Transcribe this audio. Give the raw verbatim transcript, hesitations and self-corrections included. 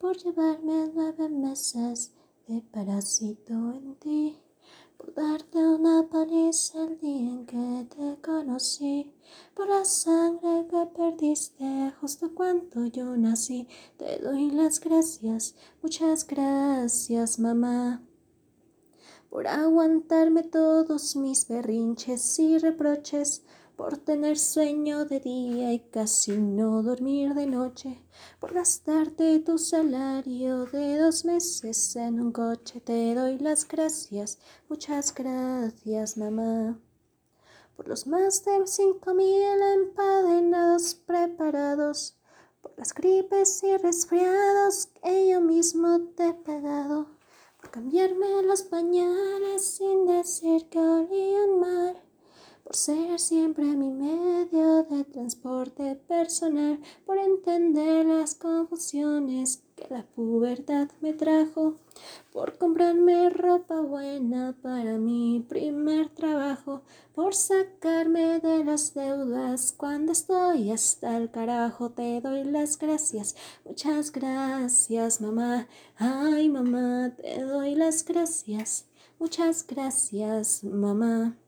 por llevarme nueve meses de parásito en ti, por darte una paliza el día en que te conocí, por la sangre que perdiste justo cuando yo nací. Te doy las gracias, muchas gracias, mamá, por aguantarme todos mis berrinches y reproches, por tener sueño de día y casi no dormir de noche, por gastarte tu salario de dos meses en un coche. Te doy las gracias, muchas gracias, mamá, por los más de cinco mil empadenados preparados, por las gripes y resfriados que yo mismo te he pegado, por cambiarme los pañales sin decir que olían mal, por ser siempre mi medio de transporte personal, por entender las confusiones que la pubertad me trajo, por comprarme ropa buena para mi primer trabajo, por sacarme de las deudas cuando estoy hasta el carajo. Te doy las gracias, muchas gracias, mamá. Ay, mamá, te doy las gracias, muchas gracias, mamá.